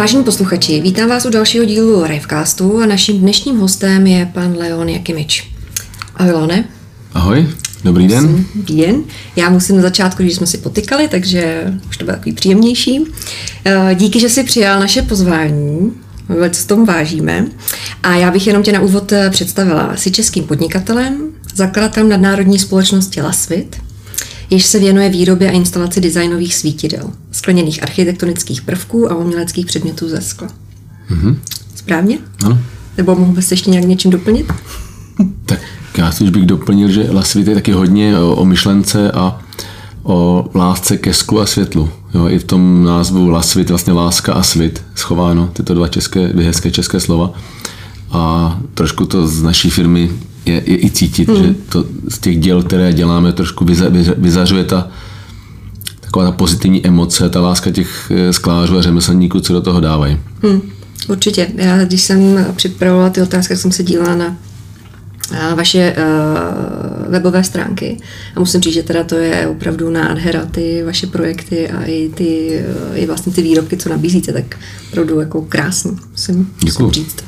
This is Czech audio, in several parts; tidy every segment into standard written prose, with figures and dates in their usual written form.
Vážení posluchači, vítám vás u dalšího dílu Rivecastu a naším dnešním hostem je pan Leon Jakimič. Ahoj, Leone. Ahoj, dobrý den. Dobrý den. Já musím na začátku, když jsme si potykali, takže už to bylo takový příjemnější. Díky, že jsi přijal naše pozvání, velice s tom vážíme. A já bych jenom tě na úvod představila. Jsi českým podnikatelem, zakladatelem nadnárodní společnosti Lasvit, jež se věnuje výrobě a instalaci designových svítidel, skleněných architektonických prvků a uměleckých předmětů ze skla. Mhm. Správně? Ano. Nebo mohl bys ještě nějak něčím doplnit? Tak já si už bych doplnil, že Lasvit je taky hodně o myšlence a o lásce ke sklu a světlu. Jo, i v tom názvu Lasvit vlastně láska a svit schováno, tyto dvě hezké české slova. A trošku to z naší firmy je i cítit, že to z těch děl, které děláme, trošku vyzařuje taková ta pozitivní emoce, ta láska těch sklářů a řemeslníků, co do toho dávají. Určitě. Já, když jsem připravovala ty otázky, tak jsem se dívala na vaše webové stránky a musím říct, že teda to je opravdu nádhera, ty vaše projekty a i vlastně ty výrobky, co nabízíte, tak opravdu jako krásný, musím říct.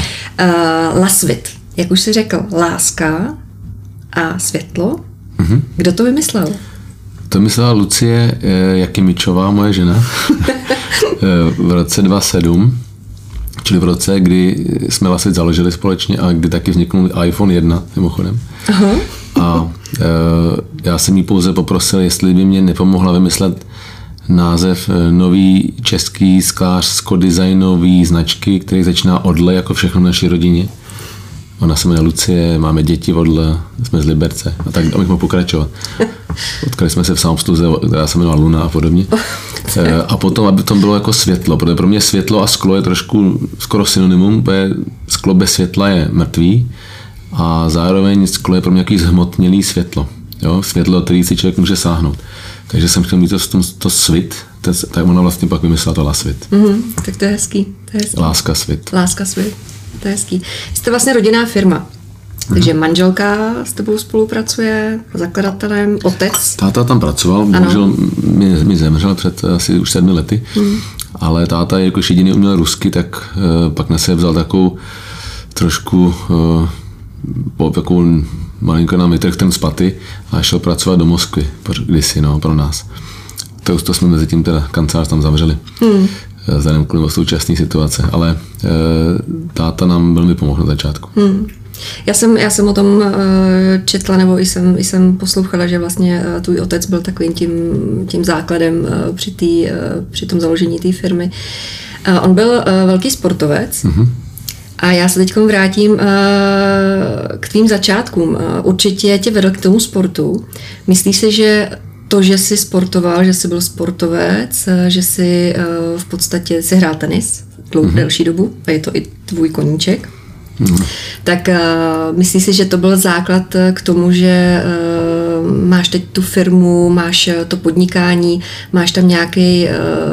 Lasvit, jak už jsi řekl, láska a světlo. Kdo to vymyslel? To myslela Lucie Jakimičová, moje žena, v roce 2007, čili v roce, kdy jsme Lasvit založili společně a kdy taky vzniknul iPhone 1, mimochodem. Aha. A já jsem jí pouze poprosil, jestli by mě nepomohla vymyslet název nový český sklářsko-designový značky, který začíná od L jako všechno v naší rodině. Ona se jmenuje Lucie, máme děti od L, jsme z Liberce a tak abych mohl pokračovat. Potkali jsme se v samoobsluze, která se jmenovala Luna a podobně. A potom, aby to bylo jako světlo, protože pro mě světlo a sklo je trošku skoro synonymum, protože sklo bez světla je mrtvý a zároveň sklo je pro mě jaký zhmotnělý světlo. Jo? Světlo, který si člověk může sáhnout. Takže jsem chtěl mít to svit, tak ona vlastně pak vymyslela to Lasvit. Tak to je hezký. Láska svit. Láska svit, to je hezký. Jste vlastně rodinná firma. Takže manželka s tebou spolupracuje, zakladatelem, otec. Táta tam pracoval, bohužel mi zemřel před asi už 7 lety, ale táta, jakož jediný uměl rusky, tak pak na sebe vzal takovou trošku takovou malinko na metrech ten spaty a šel pracovat do Moskvy kdysi, pro nás. To jsme mezi tím teda kancelář tam zavřeli. Vzhledem kvůli současné situace, ale táta nám velmi pomohl na začátku. Já jsem o tom četla, nebo jsem poslouchala, že vlastně tvůj otec byl takovým tím základem při tom založení té firmy. On byl velký sportovec a já se teď vrátím k tvým začátkům. Určitě tě vedl k tomu sportu. Myslíš si, že to, že jsi sportoval, že jsi byl sportovec, že jsi v podstatě si hrál tenis delší dobu a je to i tvůj koníček, tak myslíš si, že to byl základ k tomu, že máš teď tu firmu, máš to podnikání, máš tam nějaký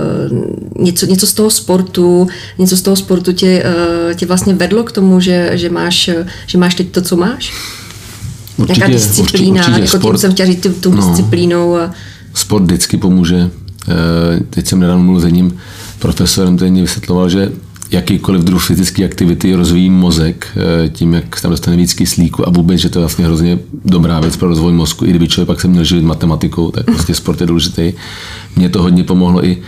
něco z toho sportu tě vlastně vedlo k tomu, že máš teď to, co máš? Určitě, nějaká disciplína, určitě jako sport, tím jsem chtěla říct tou disciplínou. Sport vždycky pomůže. Teď jsem nedávno mluvil s jedním profesorem, který mi vysvětloval, že jakýkoliv druh fyzické aktivity rozvíjí mozek tím, jak tam dostane víc kyslíku a vůbec, že to je vlastně hrozně dobrá věc pro rozvoj mozku. I kdyby člověk pak se měl živit matematikou, tak prostě sport je důležitý. Mně to hodně pomohlo i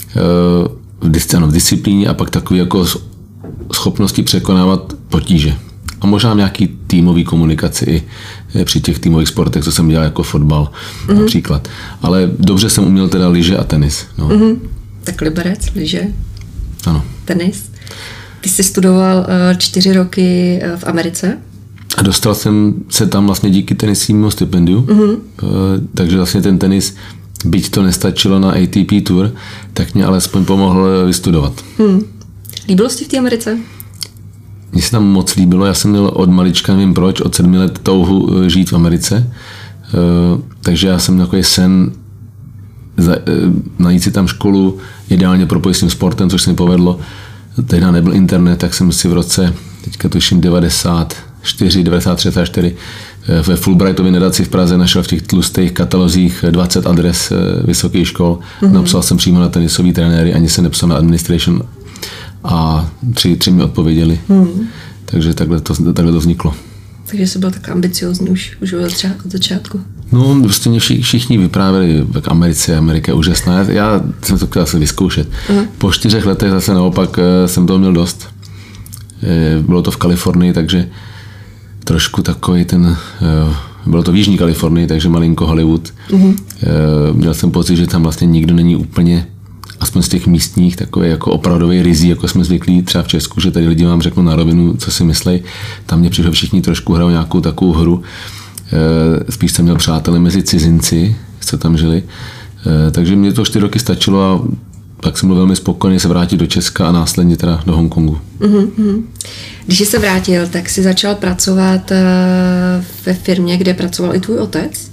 v disciplíně a pak takový jako schopnosti překonávat potíže. A možná nějaký týmový komunikaci i při těch týmových sportech, co jsem dělal jako fotbal například. Ale dobře jsem uměl teda lyže a tenis. Tak liberec, lyže, ano. Tenis. Ty jsi studoval 4 roky v Americe? A dostal jsem se tam vlastně díky tenisímu stipendiu, takže vlastně ten tenis, byť to nestačilo na ATP Tour, tak mě alespoň pomohlo vystudovat. Líbilo jsi v té Americe? Mně se tam moc líbilo, já jsem měl od malička, nevím proč, od 7 let touhu žít v Americe, takže já jsem takový sen najít si tam školu, ideálně propojit s tím sportem, což se mi povedlo. Tehdy nebyl internet, tak jsem si v roce, teďka tuším 93, 94, ve Fulbrightově nadaci v Praze našel v těch tlustých katalozích 20 adres vysokých škol. Napsal jsem přímo na tenisový trenéry, ani se nepsal na administration. a tři mi odpověděli. Takže takhle to vzniklo. Takže jsi byl tak ambiciózní už od začátku. No, prostě mě všichni vyprávěli k Amerika je úžasná. Já jsem to chtěl se vyzkoušet. Po 4 letech zase naopak jsem toho měl dost. Bylo to v Kalifornii, takže trošku takový bylo to v Jižní Kalifornii, takže malinko Hollywood. Měl jsem pocit, že tam vlastně nikdo není úplně, aspoň z těch místních, takový jako opravdový rizí, jako jsme zvyklí třeba v Česku, že tady lidi vám řeknou na rovinu, co si myslej. Tam mě přišlo všichni trošku hrajou nějakou takovou hru. Spíš jsem měl přátelé mezi cizinci, co tam žili. Takže mě to 4 roky stačilo a tak jsem byl velmi spokojený se vrátit do Česka a následně teda do Hongkongu. Když jsi se vrátil, tak jsi začal pracovat ve firmě, kde pracoval i tvůj otec?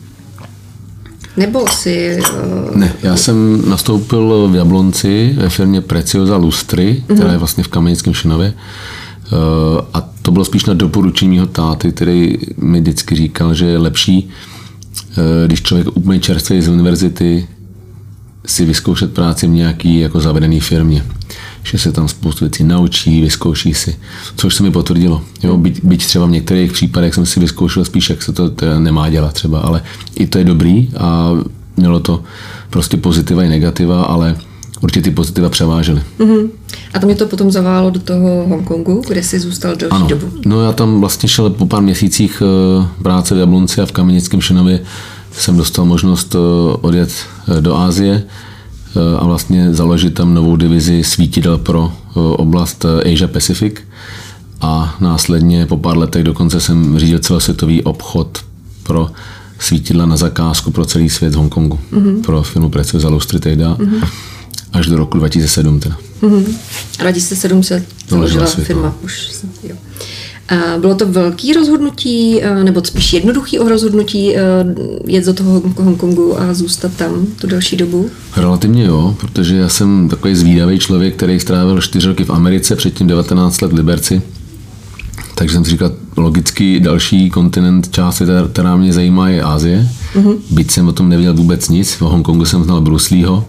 Nebo jsi... Ne, já jsem nastoupil v Jablonci ve firmě Preciosa Lustry, která je vlastně v Kamenickém Šinově. A to bylo spíš na doporučení mého táty, který mi vždycky říkal, že je lepší, když člověk úplně čerstvý z univerzity, si vyzkoušet práci v nějaký jako zavedený firmě. Že se tam spoustu věcí naučí, vyzkouší si, což se mi potvrdilo. Jo, byť třeba v některých případech jsem si vyzkoušel spíš, jak se to nemá dělat třeba, ale i to je dobrý a mělo to prostě pozitiva i negativa, ale určitě ty pozitiva převážely. A to mě to potom zaválo do toho Hongkongu, kde jsi zůstal delší dobu. No já tam vlastně šel po pár měsících práce v Jablonci a v Kamenickém Šinově jsem dostal možnost odjet do Asie a vlastně založit tam novou divizi svítidel pro oblast Asia Pacific a následně po pár letech dokonce jsem řídil celosvětový obchod pro svítidla na zakázku pro celý svět v Hongkongu, pro firmu Preciosa Lustry tehda, až do roku 2007 teda. A 2007 se založila firma. Už, jo. A bylo to velký rozhodnutí, nebo spíš jednoduchý rozhodnutí jet do toho Hongkongu a zůstat tam tu další dobu? Relativně jo, protože já jsem takový zvídavý člověk, který strávil 4 roky v Americe, předtím 19 let v Liberci. Takže jsem si říkal, logicky další kontinent, část světa, která mě zajímá, je Asie. Byť jsem o tom nevěděl vůbec nic, v Hongkongu jsem znal Bruce Leeho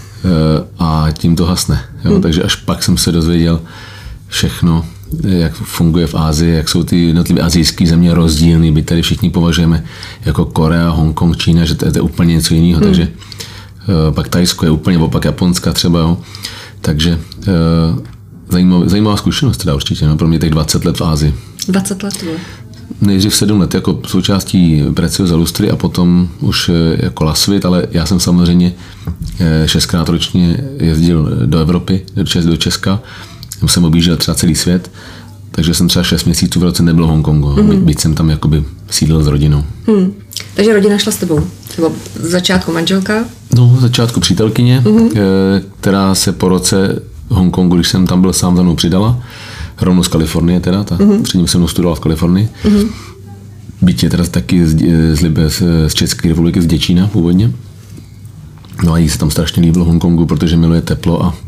a tím to hasne. Jo? Takže až pak jsem se dozvěděl všechno, jak funguje v Asii, jak jsou ty jednotlivé asijské země rozdílný, byť tady všichni považujeme jako Korea, Hongkong, Čína, že to je úplně něco jiného, takže pak Thajsko je úplně opak Japonska třeba, jo. Takže zajímavá zkušenost teda určitě, no, pro mě těch 20 let v Asii. 20 let bylo. Nejdřív 7 let jako součástí Preciosa Lustry a potom už jako Lasvit, ale já jsem samozřejmě 6krát ročně jezdil do Evropy, do Česka. Jsem objížděl třeba celý svět, takže jsem třeba 6 měsíců v roce nebyl v Hongkongu, byť jsem tam jakoby sídlil s rodinou. Takže rodina šla s tebou? Nebo v začátku manželka? No, v začátku přítelkyně, která se po roce v Hongkongu, když jsem tam byl sám, za mnou přidala. Rovnou z Kalifornie teda, předtím jsem studoval v Kalifornii. Byť je teda taky z České republiky, z Děčína původně. No a jí se tam strašně líbilo v Hongkongu, protože miluje teplo a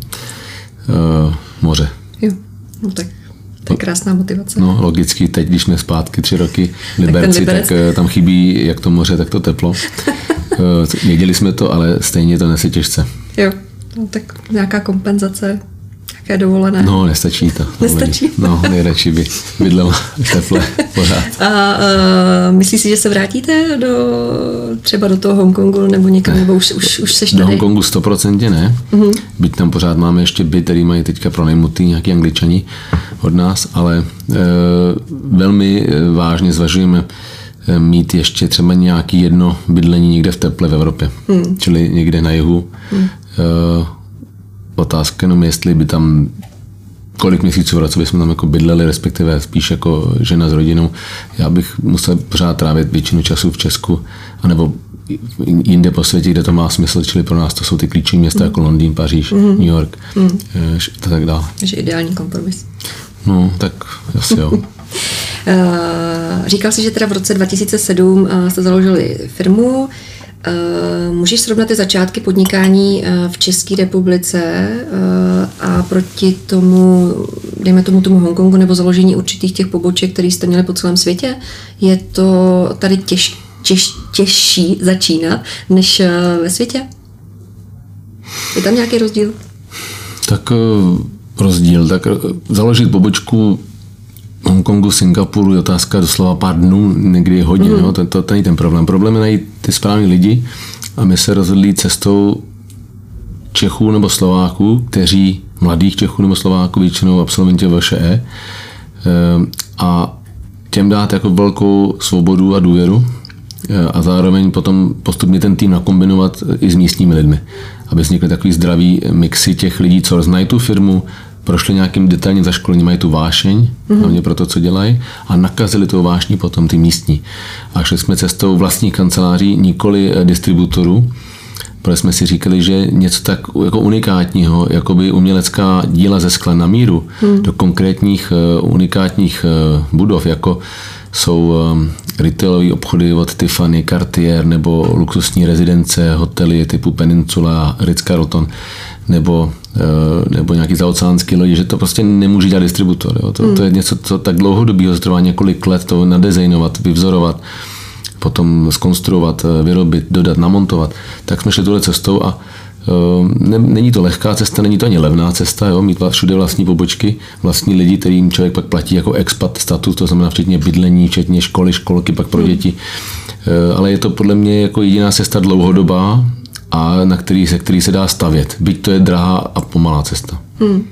moře. Jo, no tak to je krásná motivace. No, logicky teď, když jsme zpátky 3 roky v Liberci, tak tam chybí jak to moře, tak to teplo. Věděli jsme to, ale stejně to nese těžce. Jo, no tak nějaká kompenzace, nějaké dovolené. No, nestačí to. Nestačí. No, nejradši by bydlela v teple pořád. A myslíš si, že se vrátíte třeba do toho Hongkongu nebo někam, nebo už seš tady? Do Hongkongu 100% ne. Byť tam pořád máme ještě byt, který mají teďka pronajmutý nějaký Angličani od nás, ale velmi vážně zvažujeme mít ještě třeba nějaký jedno bydlení někde v teple v Evropě. Čili někde na jihu. Otázka jenom, jestli by tam kolik měsíců v roce bychom tam jako bydleli, respektive spíš jako žena s rodinou. Já bych musel pořád trávit většinu času v Česku, anebo jinde po světě, kde to má smysl, čili pro nás to jsou ty klíčové města jako Londýn, Paříž, New York a tak dále. Takže ideální kompromis. No, tak asi jo. Říkal jsi, že teda v roce 2007 jste založili firmu. Můžeš srovnat ty začátky podnikání v České republice a proti tomu, dejme tomu Hongkongu nebo založení určitých těch poboček, které jste měli po celém světě? Je to tady těžší začínat než ve světě? Je tam nějaký rozdíl? Tak rozdíl. Tak založit pobočku Hongkongu, Singapuru je otázka doslova pár dnů, někdy hodin. No? To není ten problém. Problém je najít ty správní lidi a my se rozhodli cestou Čechů nebo Slováků, mladých Čechů nebo Slováků, většinou absolventi VŠE, a těm dát jako velkou svobodu a důvěru a zároveň potom postupně ten tým nakombinovat i s místními lidmi, aby vznikly takový zdravý mixy těch lidí, co znají tu firmu, prošli nějakým detailním zaškolením, mají tu vášeň, hlavně pro to, co dělají, a nakazili tou vášní potom ty místní. A šli jsme cestou vlastních kanceláří, nikoli distributorů, protože jsme si říkali, že něco tak jako unikátního, jako by umělecká díla ze skla na míru do konkrétních unikátních budov, jako jsou retailové obchody od Tiffany, Cartier nebo luxusní rezidence, hotely typu Peninsula, Ritz-Carlton nebo nějaký zaoceánský lodi, že to prostě nemůže dělat distributor. Jo. To je něco, co tak dlouhodobýho trvá několik let, to nadizajnovat, vyvzorovat, potom zkonstruovat, vyrobit, dodat, namontovat. Tak jsme šli touhle cestou a není to lehká cesta, není to ani levná cesta, jo, mít všude vlastní pobočky, vlastní lidi, kterým člověk pak platí jako expat status, to znamená včetně bydlení, včetně školy, školky pak pro děti. Ale je to podle mě jako jediná cesta dlouhodobá a se který se dá stavět, byť to je drahá a pomalá cesta.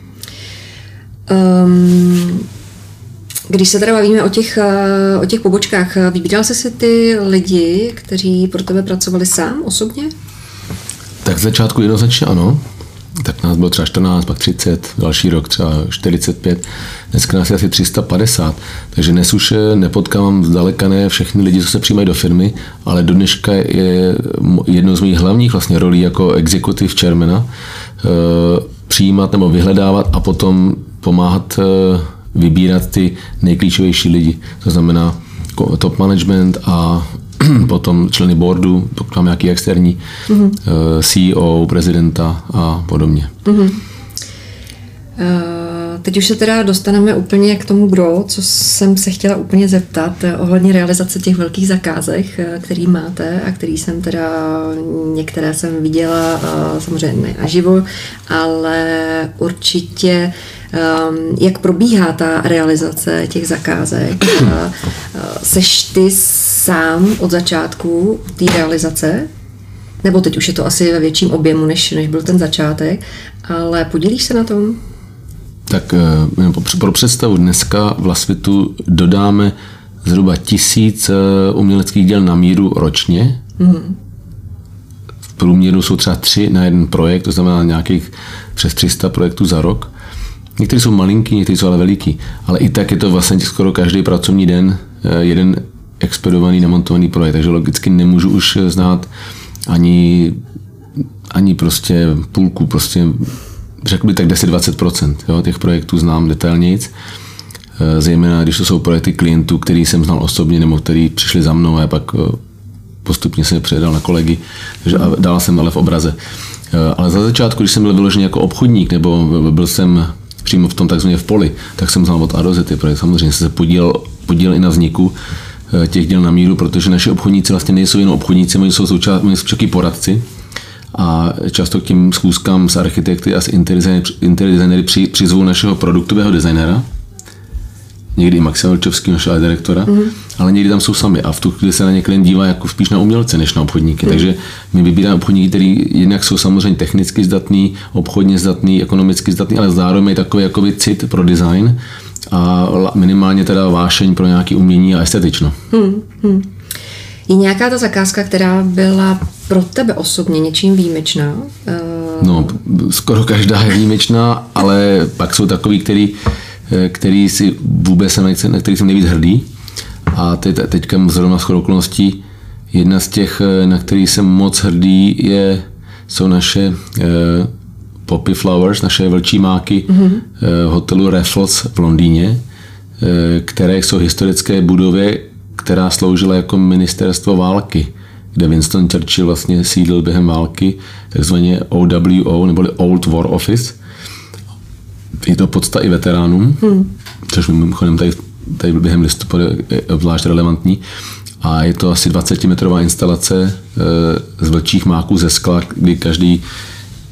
Když se teda bavíme o těch pobočkách, vybíral jsi si ty lidi, kteří pro tebe pracovali sám osobně? Tak v začátku jednoznačně ano. Tak nás bylo třeba 14, pak 30, další rok třeba 45, dneska nás je asi 350, takže dnes už nepotkávám zdaleka ne všechny lidi, co se přijímají do firmy, ale do dneška je jednou z mých hlavních vlastně rolí jako executive chairmana přijímat nebo vyhledávat a potom pomáhat vybírat ty nejklíčovější lidi. To znamená top management a potom členy boardu, pokud mám nějaký externí, CEO, prezidenta a podobně. Teď už se teda dostaneme úplně k tomu gro, co jsem se chtěla úplně zeptat ohledně realizace těch velkých zakázek, který máte a který jsem teda, některé jsem viděla samozřejmě ne naživo, ale určitě jak probíhá ta realizace těch zakázek. Seš ty sám od začátku té realizace? Nebo teď už je to asi ve větším objemu, než byl ten začátek, ale podílíš se na tom? Tak pro představu, dneska v Lasvitu dodáme zhruba 1000 uměleckých děl na míru ročně. V průměru jsou třeba 3 na jeden projekt, to znamená nějakých přes 300 projektů za rok. Někteří jsou malinký, někteří jsou ale veliký, ale i tak je to vlastně skoro každý pracovní den jeden expedovaný, namontovaný projekt, takže logicky nemůžu už znát ani prostě půlku, prostě řekl bych tak 10-20% těch projektů znám detailnějc, zejména když to jsou projekty klientů, který jsem znal osobně nebo který přišli za mnou a pak postupně se předal na kolegy, takže dál jsem ale v obraze. Ale za začátku, když jsem byl vyložený jako obchodník nebo byl jsem přímo v tom takzvaně v poli, tak jsem znal od A do Z, protože samozřejmě jsem se podílel i na vzniku těch děl na míru, protože naši obchodníci vlastně nejsou jenom obchodníci, oni jsou taky poradci a často k tím schůzkám s architekty a s interdesignery přizvou našeho produktového designéra, někdy i Maxima Vlčovského, našeho direktora, ale někdy tam jsou sami a v tu chvíli se na ně klient dívá jako spíš na umělce, než na obchodníky. Takže my vybíráme obchodníky, který jednak jsou samozřejmě technicky zdatný, obchodně zdatný, ekonomicky zdatný, ale zároveň mají takový jakoby cit pro design a minimálně teda vášeň pro nějaké umění a estetično. Je nějaká ta zakázka, která byla pro tebe osobně něčím výjimečná? No, skoro každá je výjimečná, ale pak jsou takový, který si vůbec na který jsem nejvíc hrdý. A teďka zrovna shodou okolností jedna z těch, na který jsem moc hrdý, jsou naše Poppy Flowers, naše vlčí máky hotelu Raffles v Londýně, které jsou historické budově, která sloužila jako ministerstvo války, kde Winston Churchill vlastně sídlil během války, takzvaně OWO, neboli Old War Office. Je to podsta i veteránům, což mimochodem tady během listopadu je obzvlášť relevantní. A je to asi 20-metrová instalace z vlčích máků ze skla, kdy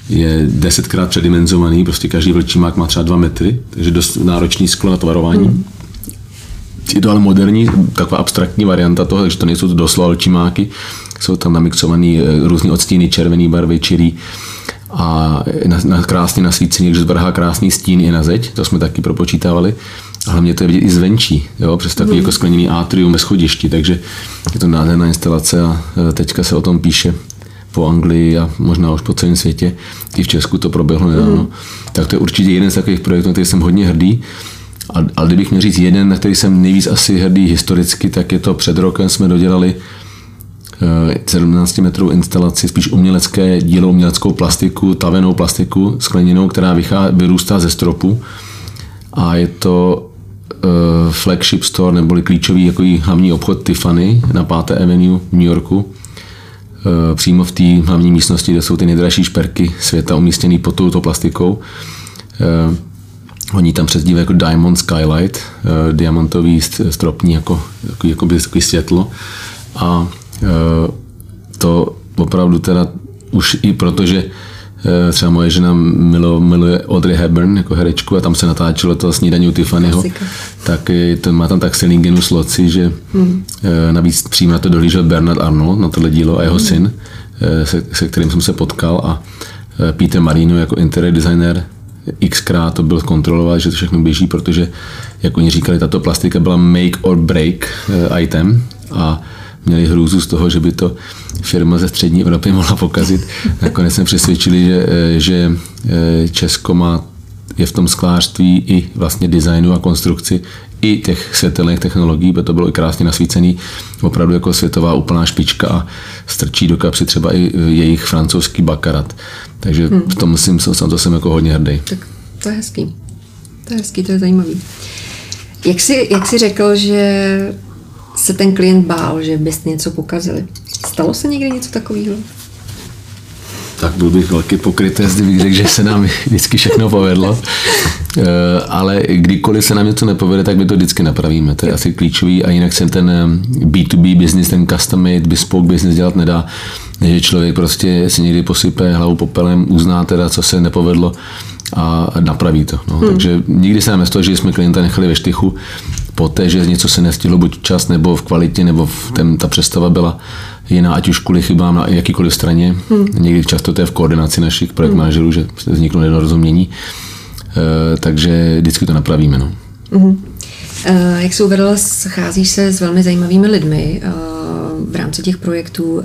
je 10krát předimenzovaný, prostě každý vlčímák má třeba 2 metry, takže dost náročný sklo na tvarování. Je to ale moderní, taková abstraktní varianta toho, takže to nejsou to doslova vlčímáky, jsou tam namixovaný různý odstíny, červený barvy, čirý a krásně nasvícený, takže zvrhá krásný stín i na zeď, to jsme taky propočítávali. A hlavně to je vidět i zvenčí, jo, přes takový jako skleněný atrium ve schodišti, takže je to nádherná instalace a teďka se o tom píše po Anglii a možná už po celém světě. I v Česku to proběhlo nedávno. Tak to je určitě jeden z takových projektů, na který jsem hodně hrdý. Ale kdybych měl říct jeden, na který jsem nejvíc asi hrdý historicky, tak je to před rokem jsme dodělali 17 metrů instalaci, spíš umělecké dílo, uměleckou plastiku, tavenou plastiku skleněnou, která vyrůstá ze stropu. A je to flagship store, neboli klíčový jako hlavní obchod Tiffany na 5. Avenue v New Yorku. Přímo v té hlavní místnosti, kde jsou ty nejdražší šperky světa umístěný pod touto plastikou. Oni tam přezdívají jako Diamond Skylight, diamantový stropní jako světlo. A to opravdu teda už i protože třeba moje žena miluje Audrey Hepburn jako herečku a tam se natáčelo to Snídaní u Tiffanyho, tak to má tam tak silný genus loci, že navíc přímo na to dohlížel Bernard Arnault, na tohle dílo a jeho syn, se kterým jsem se potkal a Peter Marino jako interior designer xkrát to byl kontrolovat, že to všechno běží, protože, jak oni říkali, tato plastika byla make or break item a měli hrůzu z toho, že by to firma ze střední Evropy mohla pokazit. Nakonec jsme přesvědčili, že Česko je v tom sklářství i vlastně designu a konstrukci i těch světelných technologií, protože to bylo i krásně nasvícený, opravdu jako světová úplná špička a strčí do kapsy třeba i jejich francouzský bakarat. Takže v tom jsem jako hodně hrdý. Tak to je hezký. To je zajímavý. Jak jsi řekl, že se ten klient bál, že byste něco pokazili? Stalo se někdy něco takového? Tak byl bych velký pokrytec, kdybych řekl, že se nám vždycky všechno povedlo. Ale kdykoliv se nám něco nepovede, tak my to vždycky napravíme. To je asi klíčový a jinak se ten B2B business, ten custom made, bespoke business dělat nedá. Že člověk prostě si někdy posype hlavu popelem, uzná teda, co se nepovedlo a napraví to. No. Takže nikdy se nám nestalo, že jsme klienta nechali ve štychu poté, že něco se nestihlo buď čas, nebo v kvalitě, nebo ta představa byla jiná, ať už kvůli chybám na jakýkoliv straně. Někdy často to je v koordinaci našich projekt manažerů, že vzniklo nedorozumění. Takže vždycky to napravíme. No. Jak jsi uvedl, scházíš se s velmi zajímavými lidmi v rámci těch projektů.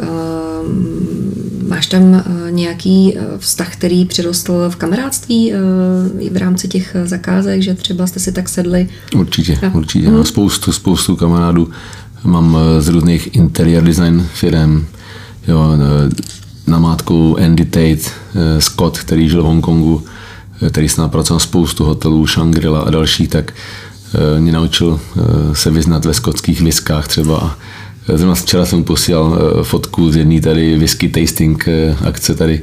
Máš tam nějaký vztah, který přirostl v kamarádství v rámci těch zakázek, že třeba jste si tak sedli? Určitě. No, spoustu kamarádů mám z různých interior design firem. Jo, namátkou Andy Tate, Scott, který žil v Hongkongu, který s námi pracoval spoustu hotelů, Shangri-La a dalších, tak mě naučil se vyznat ve skotských whiskách třeba. A zrovna včera jsem posílal fotku z jedné tady whisky tasting akce tady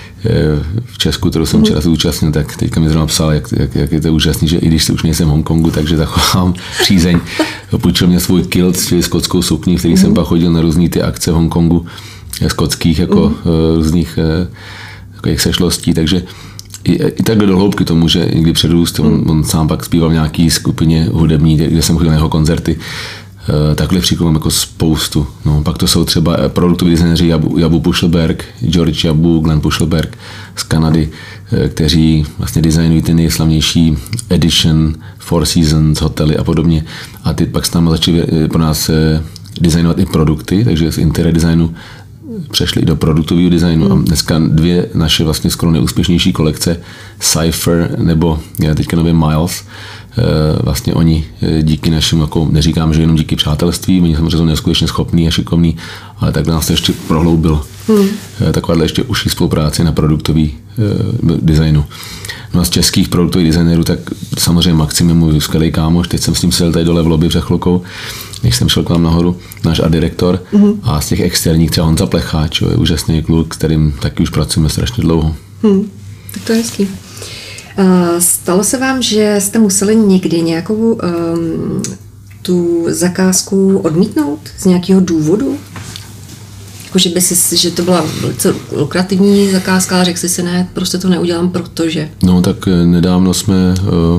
v Česku, kterou jsem včera zúčastnil, tak teďka mi zrovna psal, jak je to úžasný, že i když už nejsem v Hongkongu, takže zachovám přízeň. Půjčil mě svůj kilt, čili skotskou sukni, který jsem pak chodil na různý ty akce v Hongkongu, skotských, jako různých jako sešlostí, takže i takhle do hloubky tomu, že někdy předrůst, on sám pak zpíval v nějaký skupině hudební, kde jsem chodil na jeho koncerty. Takhle příkladů mám jako spoustu. No, pak to jsou třeba produktoví designéři Jabu Pušelberg, George Jabu, Glenn Pušelberg z Kanady, kteří vlastně designují ty nejslavnější Edition, Four Seasons, hotely a podobně. A ty pak s námi začali pro nás designovat i produkty, takže z interior designu přešli i do produktového designu a dneska dvě naše vlastně skoro nejúspěšnější kolekce, Cypher nebo teďka nově Miles, vlastně oni díky našim, jako neříkám, že jenom díky přátelství, oni samozřejmě jsou neskutečně schopní a šikovní, ale takhle nás to ještě prohloubil. Takováhle ještě užší spolupráce na produktový designu. No a z českých produktových designérů, tak samozřejmě Maxim, můj skvělý kámoš, teď jsem s ním seděl tady dole v lobby před chvilkou, než jsem šel k nám nahoru, náš art direktor, a z těch externích třeba Honza Plecháč, je úžasný kluk, s kterým taky už pracujeme strašně dlouho. Tak to je hezký. Stalo se vám, že jste museli někdy nějakou tu zakázku odmítnout z nějakého důvodu? Jako, že to byla velice lukrativní zakázka, a řekl jsi si ne, prostě to neudělám, protože. No tak nedávno jsme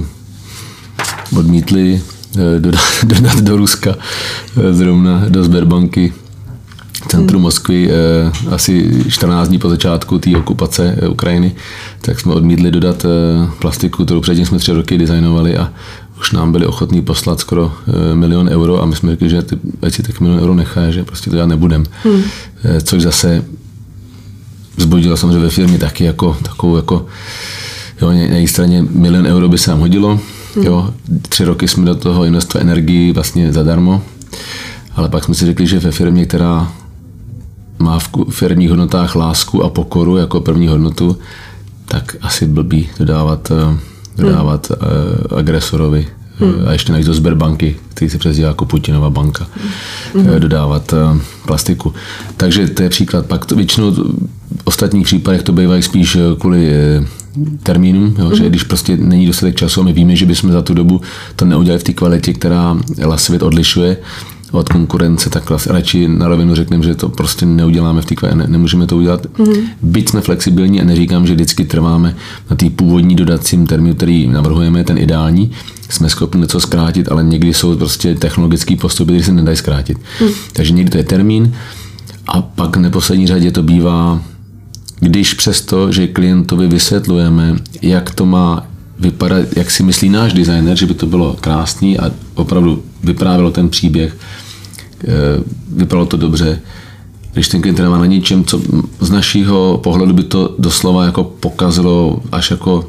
odmítli dodat do Ruska, zrovna do Sberbanky, centru Moskvy, asi 14 dní po začátku té okupace Ukrajiny, tak jsme odmítli dodat plastiku, kterou předtím jsme 3 roky designovali a už nám byli ochotní poslat skoro 1 milion euro a my jsme řekli, že ať si tak 1 milion euro nechá, že prostě to dělat nebudem. Což zase vzbudilo samozřejmě ve firmě taky takovou jo, na její straně 1 milion euro by se nám hodilo. Jo, 3 roky jsme do toho investovali energii vlastně zadarmo, ale pak jsme si řekli, že ve firmě, která má v firmních hodnotách lásku a pokoru jako první hodnotu, tak asi blbý dodávat agresorovi a ještě navíc do Sberbanky, který se přezdívá jako Putinova banka, dodávat plastiku. Takže to je příklad. Pak to většinou v ostatních případech to bývají spíš kvůli termínům, jo, že když prostě není dostatek času a my víme, že bychom za tu dobu to neudělali v té kvalitě, která Lasvit odlišuje od konkurence, tak radši na rovinu řekneme, že to prostě neuděláme v té kvalitě, nemůžeme to udělat. Byť jsme flexibilní a neříkám, že vždycky trváme na té původní dodacím termínu, který navrhujeme, ten ideální, jsme schopni něco zkrátit, ale někdy jsou prostě technologické postupy, které se nedají zkrátit. Takže někdy to je termín a pak v neposlední řadě to bývá, když přesto, že klientovi vysvětlujeme, jak to má vypadat, jak si myslí náš designer, že by to bylo krásný a opravdu vyprávělo ten příběh, vypadalo to dobře. Když ten klient má na něčem, co z našeho pohledu by to doslova jako pokazilo, až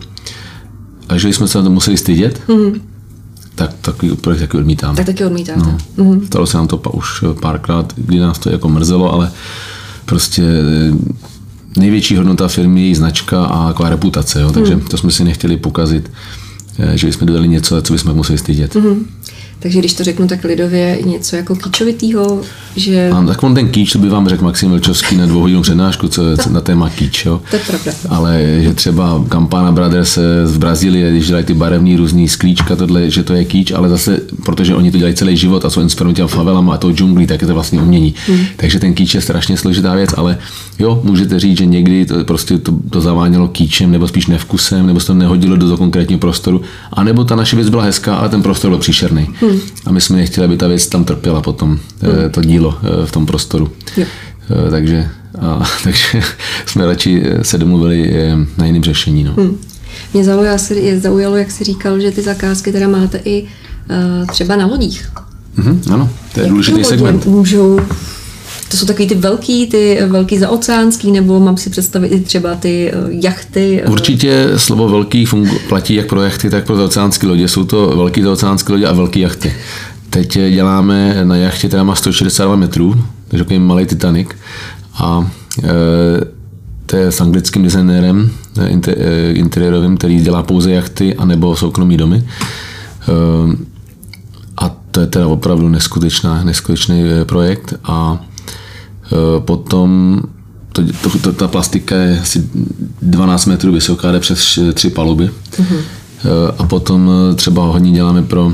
že jsme se na to museli stydět, tak takový projekt taky odmítáme. Tak taky odmítáte. No. Stalo se nám to už párkrát, kdy nás to jako mrzelo, ale prostě největší hodnota firmy je její značka a taková reputace, jo? Takže to jsme si nechtěli pokazit, že jsme dodali něco, co bychom museli stydět. Takže když to řeknu tak lidově, něco jako kýčovitýho, že... A tak on ten kýč, to by vám řekl Maxim Velčovský na 2hodinovou přednášku, co na téma kýč, jo. To je pravda. Ale že třeba Campana Brothers z Brazílie, když dělají ty barevný různý sklíčka, tohle, že to je kýč, ale zase, protože oni to dělají celý život a jsou inspirovaní těm favelama a tou džunglí, tak je to vlastně umění. Takže ten kýč je strašně složitá věc, ale jo, můžete říct, že někdy to prostě to zavánělo kýčem, nebo spíš nevkusem, nebo se to nehodilo do toho konkrétního prostoru, anebo ta naše věc byla hezká, ale ten prostor byl příšerný. A my jsme nechtěli, aby ta věc tam trpěla potom, to dílo v tom prostoru. Takže jsme radši se domluvili na jiném řešení. No. Mě zaujalo, jak jsi říkal, že ty zakázky teda máte i třeba na lodích. Ano, to je důležitý segment. To jsou takový ty velký zaoceánský, nebo mám si představit i třeba ty jachty? Určitě slovo velký platí jak pro jachty, tak pro zaoceánské lodě. Jsou to velký zaoceánské lodě a velké jachty. Teď děláme na jachtě, která má 162 metrů, takže takový malý Titanic. A to je s anglickým designérem interiérovým, který dělá pouze jachty anebo soukromí domy. A to je teda opravdu neskutečný projekt. A potom ta plastika je asi 12 metrů vysoká, jde přes 3 paluby. A potom třeba hodně děláme pro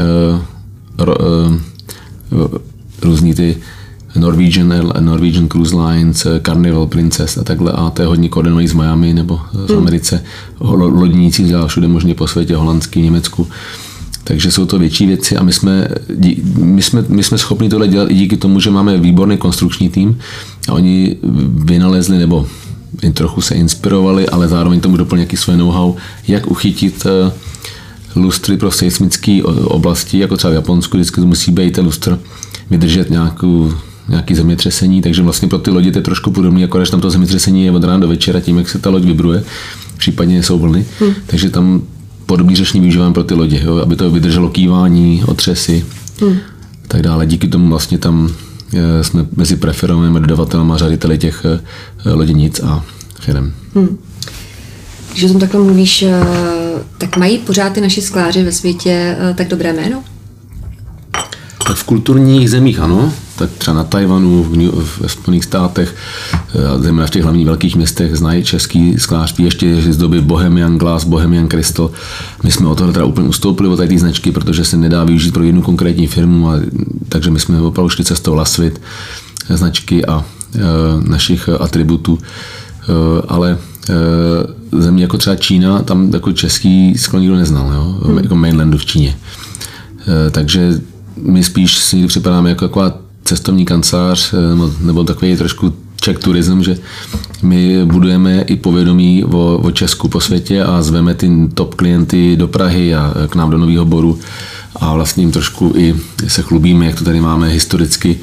různý ty Norwegian Cruise Lines, Carnival Princess a takhle. A to je hodně koordinovaný z Miami nebo z Americe. Lodníci dělá všude možně po světě, holandský, Německu. Takže jsou to větší věci a my jsme schopni tohle dělat i díky tomu, že máme výborný konstrukční tým a oni vynalezli nebo trochu se inspirovali, ale zároveň tomu doplnili nějaký svoje know-how, jak uchytit lustry pro seismické oblasti, jako třeba v Japonsku, vždycky to musí být ten lustr vydržet nějaký zemětřesení, takže vlastně pro ty lodi to je trošku podobné, jako když tam to zemětřesení je od rána do večera tím, jak se ta loď vibruje, případně jsou vlny, takže tam podobný řešení využíváme pro ty lodě, jo, aby to vydrželo kývání, otřesy a tak dále. Díky tomu vlastně tam jsme mezi preferovanými dodavatelem a řediteli těch loděnic a firem. Když o tom takhle mluvíš, tak mají pořád ty naši skláři ve světě tak dobré jméno? Tak v kulturních zemích ano, tak třeba na Tajvanu, ve Spojených státech, zejména v těch hlavních velkých městech znají český sklářství, ještě z doby Bohemian Glass, Bohemian Crystal. My jsme od toho teda úplně ustoupili od té značky, protože se nedá využít pro jednu konkrétní firmu, takže my jsme opravdu šli cestou Lasvit značky a našich atributů, ale země jako třeba Čína, tam jako český sklo nikdo neznal, jo? Jako mainlandu v Číně. Takže my spíš si někdy připadáme jako taková cestovní kancelář nebo takový trošku Czech tourism, že my budujeme i povědomí o Česku po světě a zveme ty top klienty do Prahy a k nám do Nového Boru a vlastně jim trošku i se chlubíme, jak to tady máme historicky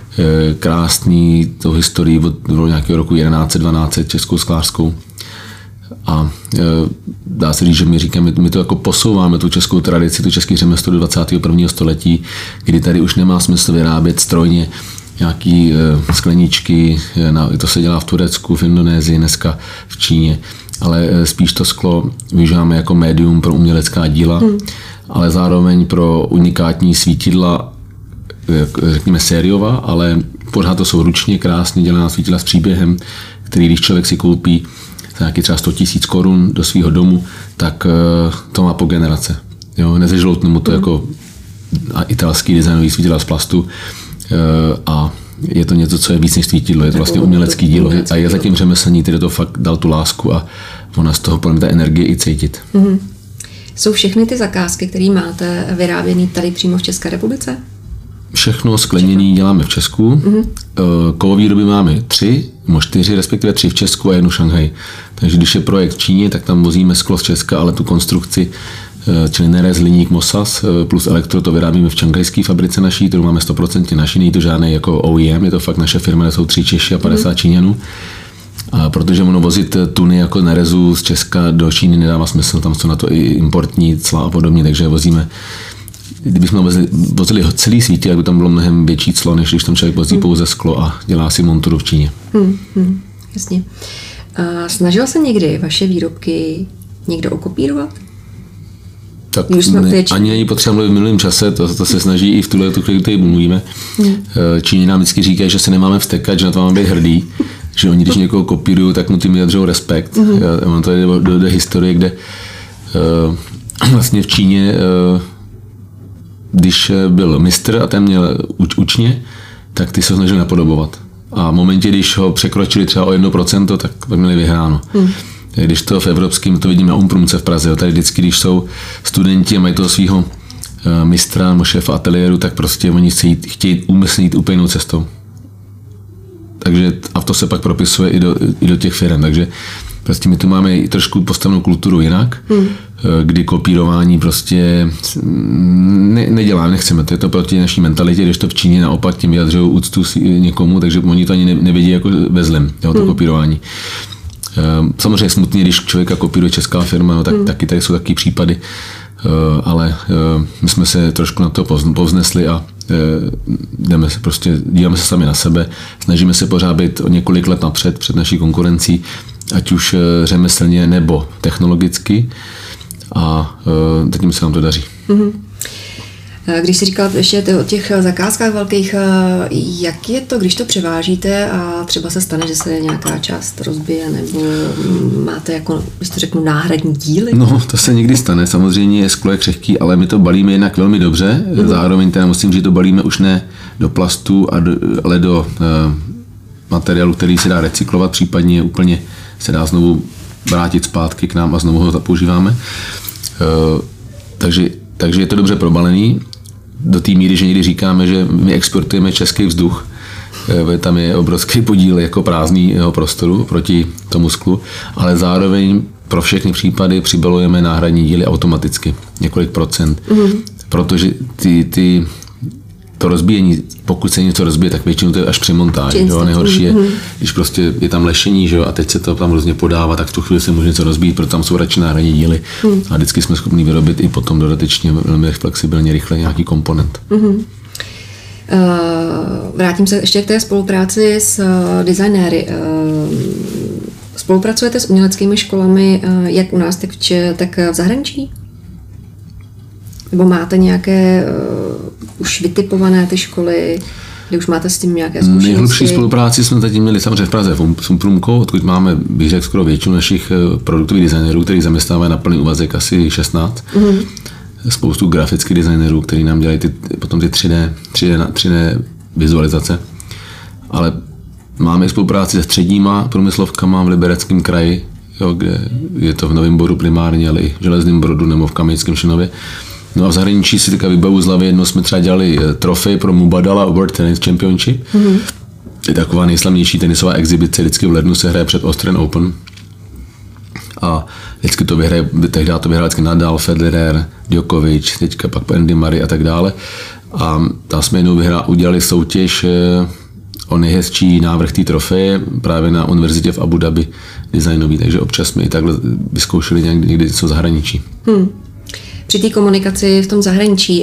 krásný tou historii od nějakého roku 1100-1200 českou sklářskou. A dá se říct, že my říkáme, my to jako posouváme tu českou tradici, tu český řemeslo do 21. století, kdy tady už nemá smysl vyrábět strojně nějaký skleničky, to se dělá v Turecku, v Indonésii, dneska v Číně, ale spíš to sklo využíváme jako médium pro umělecká díla, ale zároveň pro unikátní svítidla, řekněme sériová, ale pořád to jsou ručně krásně dělaná svítidla s příběhem, který když člověk si koupí za nějaký třeba 100 000 korun do svého domu, tak to má po generace. Jo, nezežloutne mu to jako italský designový svítidla z plastu a je to něco, co je víc než svítidlo, je to vlastně umělecký dílo a je zatím řemeslník, který to fakt dal tu lásku a ona z toho podle mě ta energie i cítit. Jsou všechny ty zakázky, které máte, vyráběné tady přímo v České republice? Všechno sklenění děláme v Česku. Kovové výroby máme 3, nebo 4, respektive 3 v Česku a 1 v Šanghaji. Takže když je projekt v Číně, tak tam vozíme sklo z Česka, ale tu konstrukci, čili nerez, hliník, mosas plus elektro, to vyrábíme v šanghajské fabrice naší, kterou máme 100% naší, není to žádný jako OEM, je to fakt naše firma, kde jsou 3 Češi a 50 Číňanů. A protože ono vozit tuny jako nerezu z Česka do Číny nedává smysl, tam jsou na to i importní cla a podobně, takže vozíme. Kdybychom vozili celý svítě, tak by tam bylo mnohem větší clo, než když tam člověk vozí pouze sklo a dělá si monturu v Číně. Jasně. Snažil se někdy vaše výrobky někdo okopírovat? Tak ani není potřeba mluvit v minulém čase, to se snaží i v tuhle chvíli, tady mluvíme. Číňané nám vždycky říkají, že se nemáme vstekat, že na to máme být hrdý, že oni, když někoho kopírují, tak mu tím vyjadřují respekt. Ono to jde do historie, kde vlastně v Číně když byl mistr a ten měl učně, tak ty se snažili napodobovat. A v momentě, když ho překročili třeba o 1%, tak měli vyhráno. Když to v evropském, to vidíme na Umprumce v Praze, tady vždycky, když jsou studenti a mají toho svého mistra nebo šéfa ateliéru, tak prostě oni chtějí úmyslně jít úplně jinou cestou. Takže a to se pak propisuje i do těch firm, takže prostě my tu máme i trošku postavenou kulturu jinak, kdy kopírování prostě neděláme, nechceme. To je to proti naší mentalitě, když to v Číně naopak tím vyjadřují úctu někomu, takže oni to ani nevidí jako ve zlem, to kopírování. Samozřejmě smutně, když člověka kopíruje česká firma, no, tak taky tady jsou taky případy, ale my jsme se trošku na to povznesli a díváme se sami na sebe, snažíme se pořád být o několik let napřed před naší konkurencí, ať už řemeslně nebo technologicky a zatím se nám to daří. Když jsi říkal ještě o těch zakázkách velkých, jak je to, když to převážíte a třeba se stane, že se nějaká část rozbije, nebo máte jako, když to řeknu, náhradní díly? No, to se někdy stane, samozřejmě sklo je křehký, ale my to balíme jinak velmi dobře, zároveň teda musím říct, že to balíme už ne do plastu, ale do materiálu, který se dá recyklovat, případně úplně se dá znovu vrátit zpátky k nám a znovu ho používáme. Takže je to dobře probalený, do té míry, že někdy říkáme, že my exportujeme český vzduch, tam je obrovský podíl jako prázdného prostoru proti tomu sklu, ale zároveň pro všechny případy přibalujeme náhradní díly automaticky, několik procent, protože to rozbíjení, pokud se něco rozbije, tak většinou to je až při montáži. Nejhorší je, když prostě je tam lešení, že, a teď se to tam různě podává, tak v tu chvíli se může něco rozbít, proto tam jsou radši náhradní díly. A vždycky jsme schopni vyrobit i potom dodatečně velmi flexibilně, rychle nějaký komponent. Vrátím se ještě k té spolupráci s designéry. Spolupracujete s uměleckými školami jak u nás, tak v zahraničí? Nebo máte nějaké už vytipované ty školy, kde už máte s tím nějaké zkušenosti? Nejhlubší spolupráci jsme zatím měli samozřejmě v Praze v Umprumku, odkud máme, bych řekl, skoro většinu našich produktových designérů, který zaměstnávají na plný úvazek asi 16. Spoustu grafických designérů, kteří nám dělají potom ty 3D vizualizace. Ale máme i spolupráci se středníma průmyslovkama v Libereckém kraji, jo, kde je to v Novém Boru primárně, ale i v Železném Brodu nebo v Kamenickém Šenově. No a v zahraničí si teďka vybavu z hlavy, jedno jsme třeba dělali trofej pro Mubadala World Tennis Championship. Je taková nejslavnější tenisová exibice, vždycky v lednu se hraje před Australian Open. A vždycky to vyhraje, tehdy to vyhrál vždycky Nadal, Federer, Djokovic, teďka pak Andy Murray a tak dále. A tam jsme jednou udělali soutěž o nejhezčí návrh té trofeje právě na univerzitě v Abu Dhabi designový, takže občas jsme i takhle vyzkoušeli někdy něco v zahraničí. Při té komunikaci v tom zahraničí